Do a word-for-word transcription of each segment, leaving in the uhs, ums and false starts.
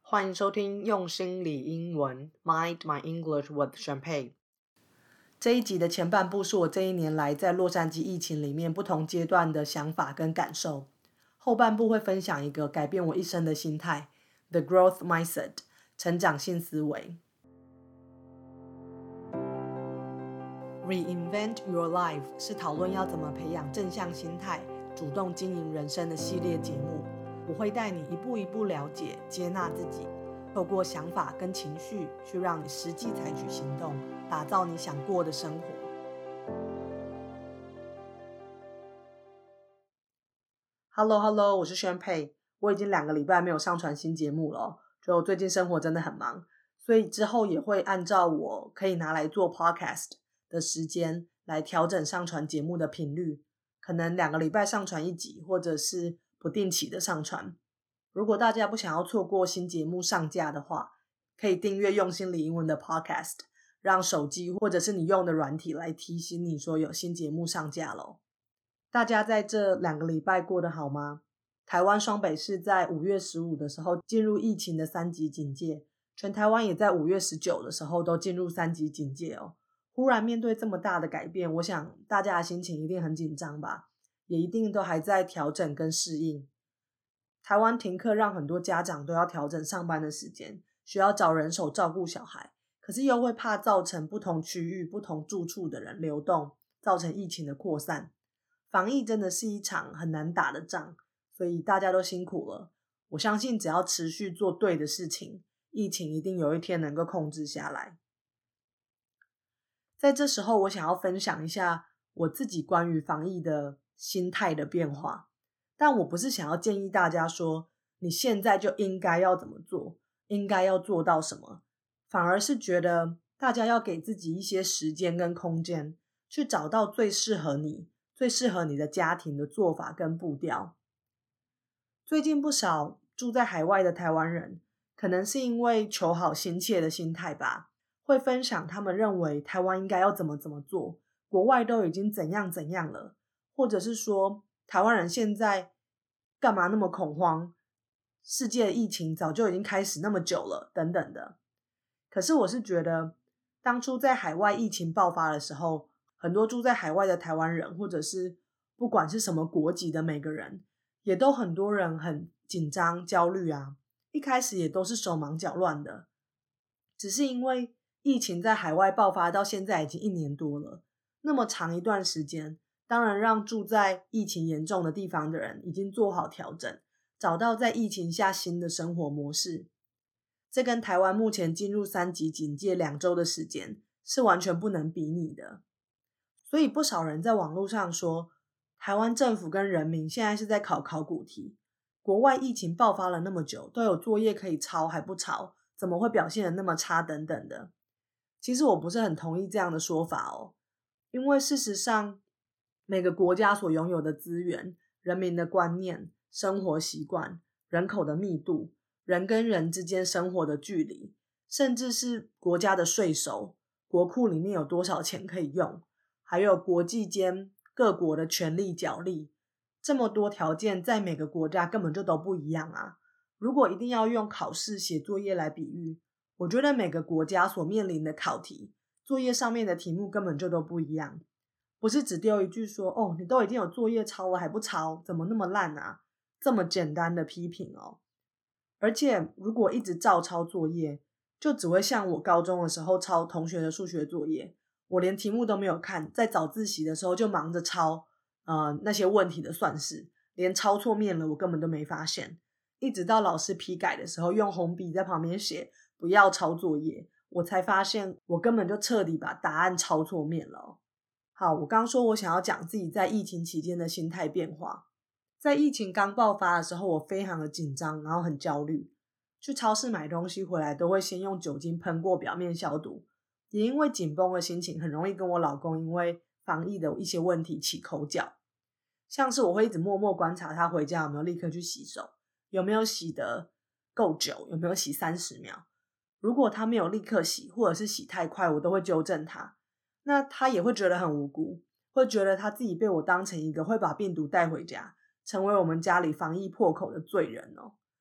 欢迎收听用心理英文 Mind My English with Champagne。 这一集的前半部是我这一年来在洛杉矶疫情里面不同阶段的想法跟感受，后半部会分享一个改变我一生的心态 The Growth Mindset 成长性思维。 Reinvent Your Life 是讨论要怎么培养正向心态主动经营人生的系列节目，我会带你一步一步了解接纳自己，透过想法跟情绪去让你实际采取行动，打造你想过的生活。Hello Hello， 我是宣佩。我已经两个礼拜没有上传新节目了，就最近生活真的很忙，所以之后也会按照我可以拿来做 podcast 的时间来调整上传节目的频率，可能两个礼拜上传一集，或者是不定期的上传。如果大家不想要错过新节目上架的话，可以订阅用心理英文的 podcast， 让手机或者是你用的软体来提醒你说有新节目上架咯。大家在这两个礼拜过得好吗？台湾双北市在五月十五的时候进入疫情的三级警戒，全台湾也在五月十九的时候都进入三级警戒哦。忽然面对这么大的改变，我想大家的心情一定很紧张吧，也一定都还在调整跟适应。台湾停课让很多家长都要调整上班的时间，需要找人手照顾小孩，可是又会怕造成不同区域不同住处的人流动，造成疫情的扩散。防疫真的是一场很难打的仗，所以大家都辛苦了。我相信只要持续做对的事情，疫情一定有一天能够控制下来。在这时候我想要分享一下我自己关于防疫的心态的变化，但我不是想要建议大家说你现在就应该要怎么做，应该要做到什么，反而是觉得大家要给自己一些时间跟空间，去找到最适合你最适合你的家庭的做法跟步调。最近不少住在海外的台湾人，可能是因为求好心切的心态吧，会分享他们认为台湾应该要怎么怎么做，国外都已经怎样怎样了，或者是说台湾人现在干嘛那么恐慌，世界的疫情早就已经开始那么久了等等的。可是我是觉得当初在海外疫情爆发的时候，很多住在海外的台湾人，或者是不管是什么国籍的每个人，也都很多人很紧张焦虑啊，一开始也都是手忙脚乱的。只是因为疫情在海外爆发到现在已经一年多了，那么长一段时间，当然让住在疫情严重的地方的人已经做好调整，找到在疫情下新的生活模式。这跟台湾目前进入三级警戒两周的时间是完全不能比拟的。所以不少人在网络上说，台湾政府跟人民现在是在考考古题，国外疫情爆发了那么久，都有作业可以抄还不抄，怎么会表现得那么差等等的。其实我不是很同意这样的说法哦，因为事实上每个国家所拥有的资源、人民的观念、生活习惯、人口的密度、人跟人之间生活的距离，甚至是国家的税收、国库里面有多少钱可以用，还有国际间各国的权力角力，这么多条件在每个国家根本就都不一样啊。如果一定要用考试写作业来比喻，我觉得每个国家所面临的考题作业上面的题目根本就都不一样，不是只丢一句说哦，你都已经有作业抄了还不抄，怎么那么烂啊，这么简单的批评哦。而且如果一直照抄作业，就只会像我高中的时候抄同学的数学作业，我连题目都没有看，在早自习的时候就忙着抄呃那些问题的算式，连抄错面了我根本都没发现，一直到老师批改的时候用红笔在旁边写不要抄作业，我才发现我根本就彻底把答案抄错面了哦。好，我刚说我想要讲自己在疫情期间的心态变化。在疫情刚爆发的时候，我非常的紧张，然后很焦虑，去超市买东西回来都会先用酒精喷过表面消毒，也因为紧绷的心情很容易跟我老公因为防疫的一些问题起口角，像是我会一直默默观察他回家有没有立刻去洗手，有没有洗得够久，有没有洗三十秒，如果他没有立刻洗，或者是洗太快，我都会纠正他，那他也会觉得很无辜，会觉得他自己被我当成一个会把病毒带回家，成为我们家里防疫破口的罪人哦。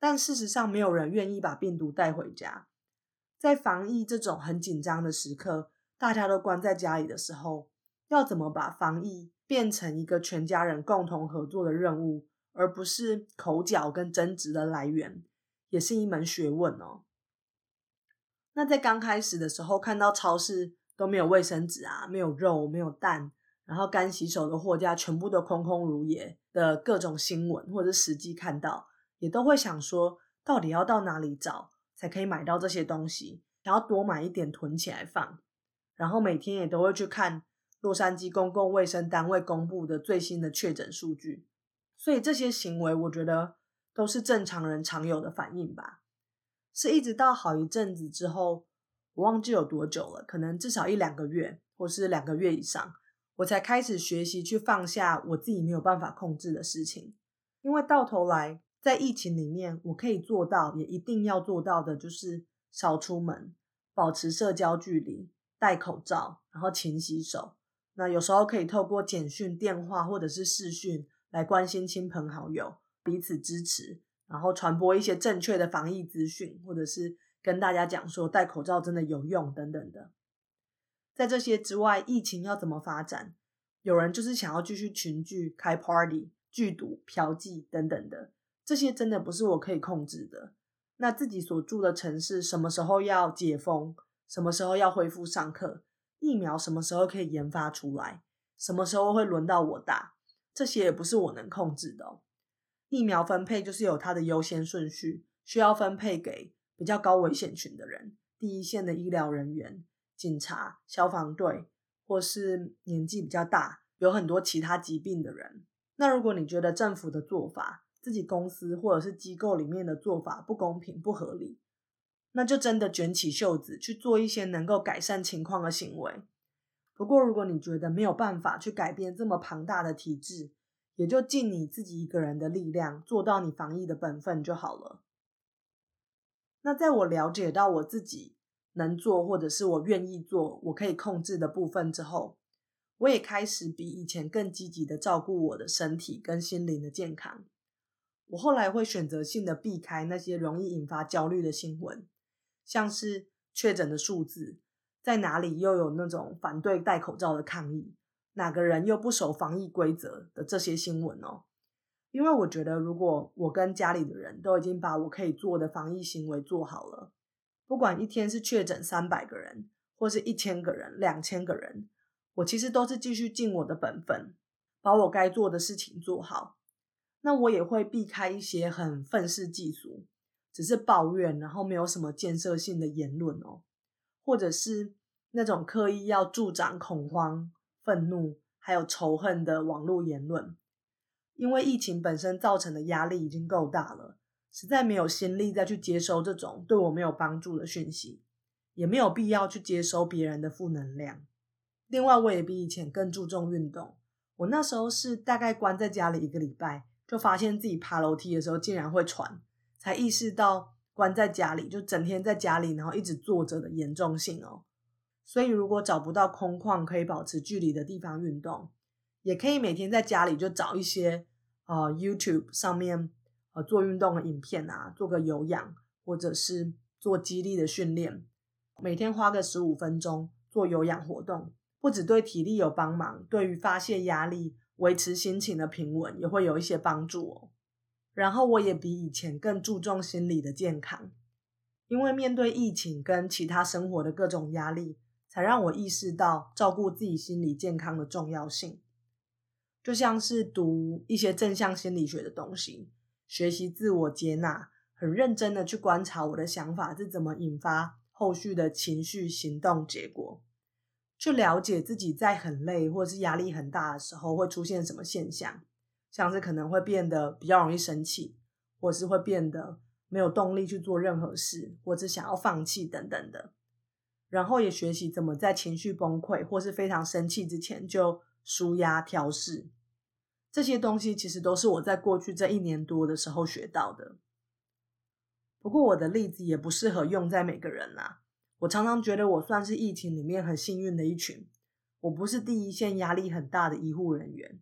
但事实上没有人愿意把病毒带回家。在防疫这种很紧张的时刻，大家都关在家里的时候，要怎么把防疫变成一个全家人共同合作的任务，而不是口角跟争执的来源，也是一门学问哦。那在刚开始的时候，看到超市都没有卫生纸啊，没有肉，没有蛋，然后干洗手的货架全部都空空如也的各种新闻或者实际看到，也都会想说到底要到哪里找才可以买到这些东西，想要多买一点囤起来放。然后每天也都会去看洛杉矶公共卫生单位公布的最新的确诊数据。所以这些行为我觉得都是正常人常有的反应吧。是一直到好一阵子之后，我忘记有多久了，可能至少一两个月或是两个月以上，我才开始学习去放下我自己没有办法控制的事情。因为到头来在疫情里面，我可以做到也一定要做到的就是少出门，保持社交距离，戴口罩，然后勤洗手。那有时候可以透过简讯、电话或者是视讯来关心亲朋好友，彼此支持，然后传播一些正确的防疫资讯，或者是跟大家讲说戴口罩真的有用等等的。在这些之外，疫情要怎么发展？有人就是想要继续群聚、开 party、聚赌、嫖妓等等的，这些真的不是我可以控制的。那自己所住的城市什么时候要解封，什么时候要恢复上课，疫苗什么时候可以研发出来，什么时候会轮到我打，这些也不是我能控制的哦。疫苗分配就是有它的优先顺序，需要分配给比较高危险群的人，第一线的医疗人员、警察、消防队，或是年纪比较大、有很多其他疾病的人。那如果你觉得政府的做法、自己公司或者是机构里面的做法不公平、不合理，那就真的卷起袖子去做一些能够改善情况的行为。不过如果你觉得没有办法去改变这么庞大的体制，也就尽你自己一个人的力量，做到你防疫的本分就好了。那在我了解到我自己能做或者是我愿意做我可以控制的部分之后，我也开始比以前更积极的照顾我的身体跟心灵的健康。我后来会选择性的避开那些容易引发焦虑的新闻，像是确诊的数字，在哪里又有那种反对戴口罩的抗议，哪个人又不守防疫规则的这些新闻哦。因为我觉得如果我跟家里的人都已经把我可以做的防疫行为做好了，不管一天是确诊三百个人或是一千个人、两千个人，我其实都是继续尽我的本分，把我该做的事情做好。那我也会避开一些很愤世嫉俗，只是抱怨然后没有什么建设性的言论哦，或者是那种刻意要助长恐慌、愤怒还有仇恨的网络言论。因为疫情本身造成的压力已经够大了，实在没有心力再去接收这种对我没有帮助的讯息，也没有必要去接收别人的负能量。另外我也比以前更注重运动，我那时候是大概关在家里一个礼拜，就发现自己爬楼梯的时候竟然会喘，才意识到关在家里就整天在家里然后一直坐着的严重性哦。所以如果找不到空旷可以保持距离的地方运动，也可以每天在家里就找一些呃 YouTube 上面呃做运动的影片啊，做个有氧或者是做肌力的训练，每天花个十五分钟做有氧活动，不只对体力有帮忙，对于发泄压力、维持心情的平稳也会有一些帮助哦。然后我也比以前更注重心理的健康，因为面对疫情跟其他生活的各种压力，才让我意识到照顾自己心理健康的重要性。就像是读一些正向心理学的东西，学习自我接纳，很认真的去观察我的想法是怎么引发后续的情绪、行动、结果，去了解自己在很累或是压力很大的时候会出现什么现象，像是可能会变得比较容易生气，或是会变得没有动力去做任何事，或是想要放弃等等的。然后也学习怎么在情绪崩溃或是非常生气之前就抒压调试。这些东西其实都是我在过去这一年多的时候学到的。不过我的例子也不适合用在每个人啦。我常常觉得我算是疫情里面很幸运的一群，我不是第一线压力很大的医护人员，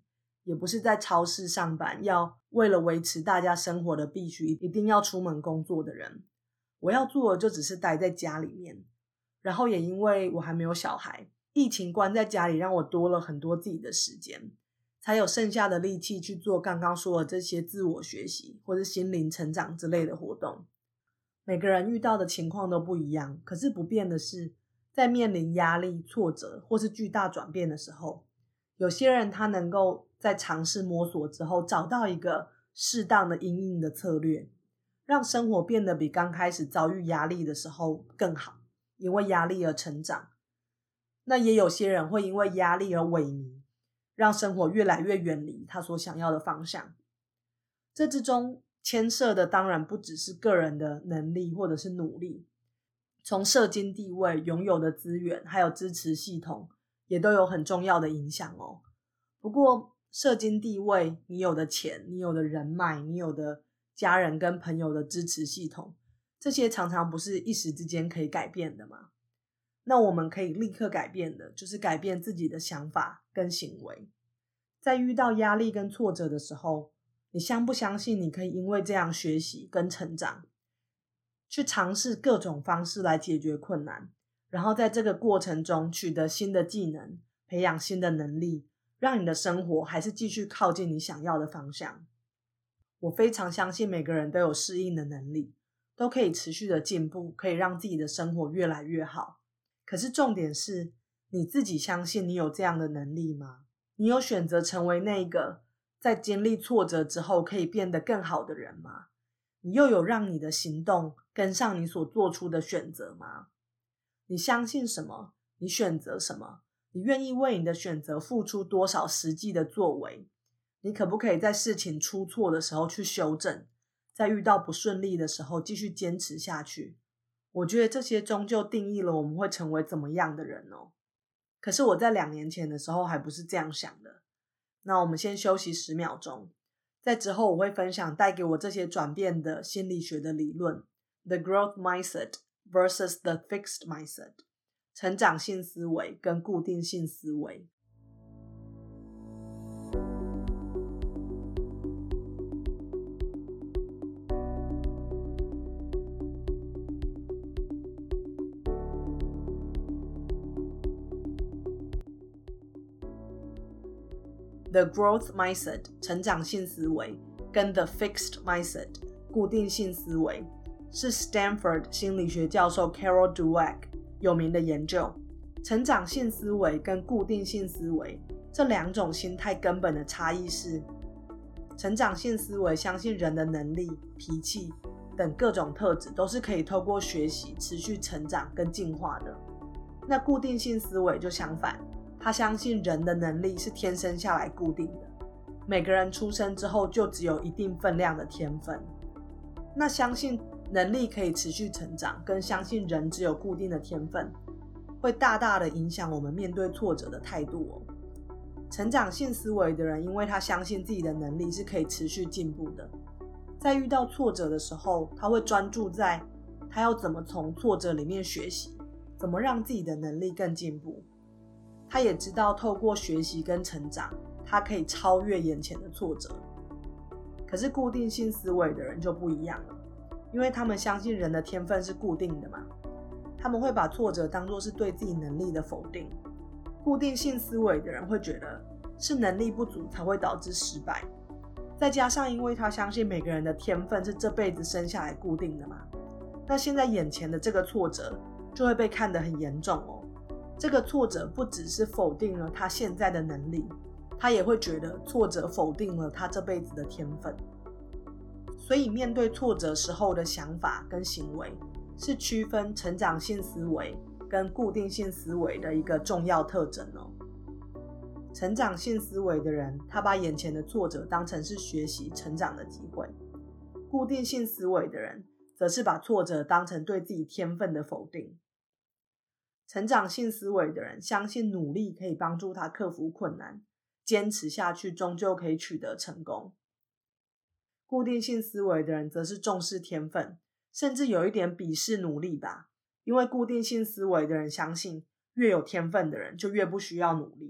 也不是在超市上班，要为了维持大家生活的必须一定要出门工作的人。我要做的就只是待在家里面，然后也因为我还没有小孩，疫情关在家里让我多了很多自己的时间，才有剩下的力气去做刚刚说的这些自我学习或是心灵成长之类的活动。每个人遇到的情况都不一样，可是不变的是，在面临压力、挫折或是巨大转变的时候，有些人他能够在尝试摸索之后找到一个适当的因应的策略，让生活变得比刚开始遭遇压力的时候更好，因为压力而成长。那也有些人会因为压力而萎靡，让生活越来越远离他所想要的方向。这之中牵涉的当然不只是个人的能力或者是努力，从社经地位、拥有的资源还有支持系统也都有很重要的影响哦。不过社经地位，你有的钱，你有的人脉，你有的家人跟朋友的支持系统，这些常常不是一时之间可以改变的嘛。那我们可以立刻改变的就是改变自己的想法跟行为。在遇到压力跟挫折的时候，你相不相信你可以因为这样学习跟成长，去尝试各种方式来解决困难，然后在这个过程中取得新的技能，培养新的能力，让你的生活还是继续靠近你想要的方向。我非常相信每个人都有适应的能力，都可以持续的进步，可以让自己的生活越来越好。可是重点是，你自己相信你有这样的能力吗？你有选择成为那个在经历挫折之后可以变得更好的人吗？你又有让你的行动跟上你所做出的选择吗？你相信什么？你选择什么？你愿意为你的选择付出多少实际的作为？你可不可以在事情出错的时候去修正，在遇到不顺利的时候继续坚持下去？我觉得这些终究定义了我们会成为怎么样的人哦。可是我在两年前的时候还不是这样想的。那我们先休息十秒钟，在之后我会分享带给我这些转变的心理学的理论 The Growth Mindset versus the Fixed Mindset 成长性思维跟固定性思维。The Growth Mindset 成长性思维跟 The Fixed Mindset 固定性思维是 Stanford 心理学教授 Carol Dweck 有名的研究。成长性思维跟固定性思维这两种心态根本的差异是，成长性思维相信人的能力、脾气等各种特质都是可以透过学习持续成长跟进化的。那固定性思维就相反，他相信人的能力是天生下来固定的，每个人出生之后就只有一定分量的天分。那相信能力可以持续成长，跟相信人只有固定的天分，会大大的影响我们面对挫折的态度哦。成长性思维的人，因为他相信自己的能力是可以持续进步的，在遇到挫折的时候，他会专注在他要怎么从挫折里面学习，怎么让自己的能力更进步。他也知道透过学习跟成长，他可以超越眼前的挫折。可是固定性思维的人就不一样了，因为他们相信人的天分是固定的嘛，他们会把挫折当作是对自己能力的否定。固定性思维的人会觉得是能力不足才会导致失败，再加上因为他相信每个人的天分是这辈子生下来固定的嘛，那现在眼前的这个挫折就会被看得很严重哦。这个挫折不只是否定了他现在的能力，他也会觉得挫折否定了他这辈子的天分。所以面对挫折时候的想法跟行为，是区分成长性思维跟固定性思维的一个重要特征哦。成长性思维的人，他把眼前的挫折当成是学习成长的机会；固定性思维的人，则是把挫折当成对自己天分的否定。成长性思维的人相信努力可以帮助他克服困难，坚持下去终究可以取得成功。固定性思维的人则是重视天分，甚至有一点鄙视努力吧，因为固定性思维的人相信越有天分的人就越不需要努力，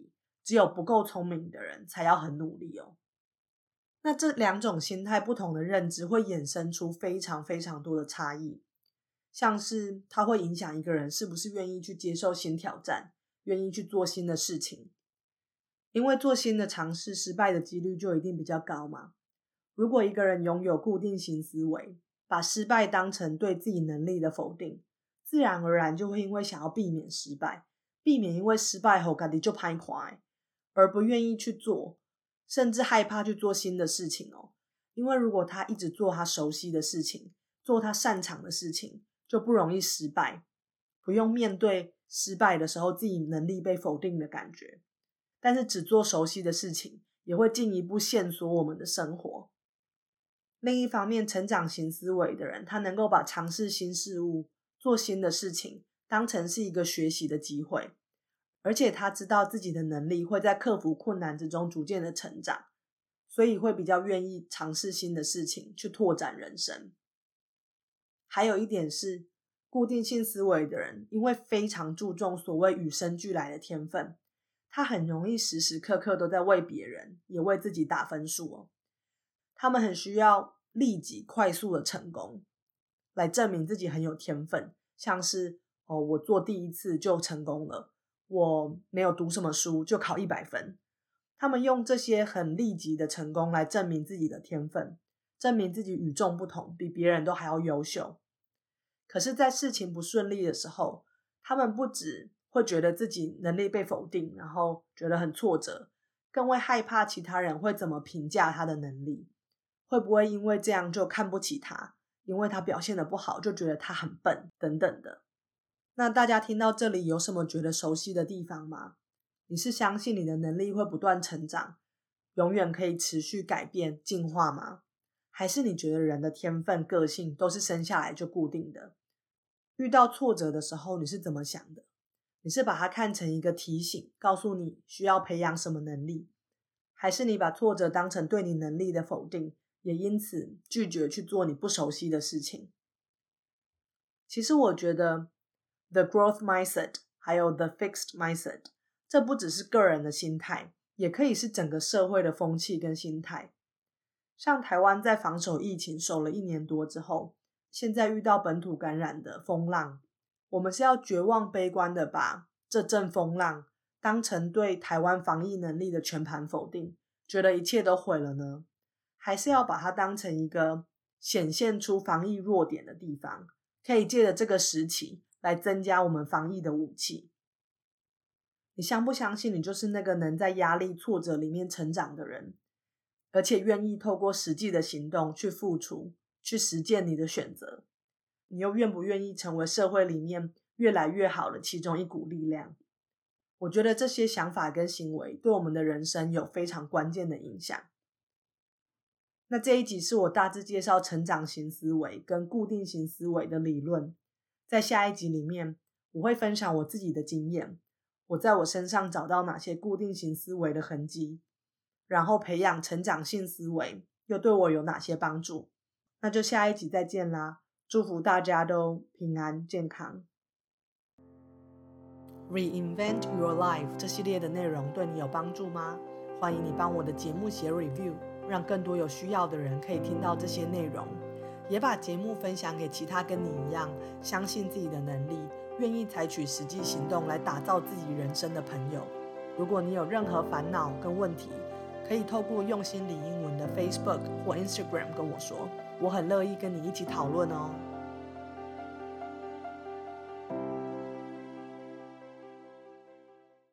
只有不够聪明的人才要很努力哦。那这两种心态不同的认知会衍生出非常非常多的差异，像是它会影响一个人是不是愿意去接受新挑战，愿意去做新的事情。因为做新的尝试失败的几率就一定比较高嘛。如果一个人拥有固定型思维，把失败当成对自己能力的否定，自然而然就会因为想要避免失败，避免因为失败后自己就歹看，而不愿意去做，甚至害怕去做新的事情哦。因为如果他一直做他熟悉的事情，做他擅长的事情，就不容易失败，不用面对失败的时候自己能力被否定的感觉。但是只做熟悉的事情，也会进一步限缩我们的生活。另一方面，成长型思维的人，他能够把尝试新事物、做新的事情当成是一个学习的机会，而且他知道自己的能力会在克服困难之中逐渐的成长，所以会比较愿意尝试新的事情，去拓展人生。还有一点是，固定性思维的人，因为非常注重所谓与生俱来的天分，他很容易时时刻刻都在为别人也为自己打分数哦。他们很需要立即快速的成功来证明自己很有天分，像是哦，我做第一次就成功了，我没有读什么书就考一百分。他们用这些很立即的成功来证明自己的天分，证明自己与众不同，比别人都还要优秀。可是在事情不顺利的时候，他们不只会觉得自己能力被否定，然后觉得很挫折，更会害怕其他人会怎么评价他的能力，会不会因为这样就看不起他，因为他表现得不好就觉得他很笨等等的。那大家听到这里有什么觉得熟悉的地方吗？你是相信你的能力会不断成长，永远可以持续改变进化吗？还是你觉得人的天分个性都是生下来就固定的？遇到挫折的时候你是怎么想的？你是把它看成一个提醒，告诉你需要培养什么能力，还是你把挫折当成对你能力的否定，也因此拒绝去做你不熟悉的事情？其实我觉得 The Growth Mindset 还有 The Fixed Mindset 这不只是个人的心态，也可以是整个社会的风气跟心态。像台湾在防守疫情守了一年多之后，现在遇到本土感染的风浪，我们是要绝望悲观的把这阵风浪当成对台湾防疫能力的全盘否定，觉得一切都毁了呢？还是要把它当成一个显现出防疫弱点的地方，可以借着这个时期来增加我们防疫的武器？你相不相信你就是那个能在压力挫折里面成长的人，而且愿意透过实际的行动去付出，去实践你的选择？你又愿不愿意成为社会里面越来越好的其中一股力量？我觉得这些想法跟行为对我们的人生有非常关键的影响。那这一集是我大致介绍成长型思维跟固定型思维的理论，在下一集里面我会分享我自己的经验，我在我身上找到哪些固定型思维的痕迹，然后培养成长性思维又对我有哪些帮助。那就下一集再见啦，祝福大家都平安健康。 Reinvent Your Life 这系列的内容对你有帮助吗？欢迎你帮我的节目写 review， 让更多有需要的人可以听到这些内容，也把节目分享给其他跟你一样相信自己的能力，愿意采取实际行动来打造自己人生的朋友。如果你有任何烦恼跟问题，可以透过用心理英文的 Facebook 或 Instagram 跟我说，我很乐意跟你一起讨论哦。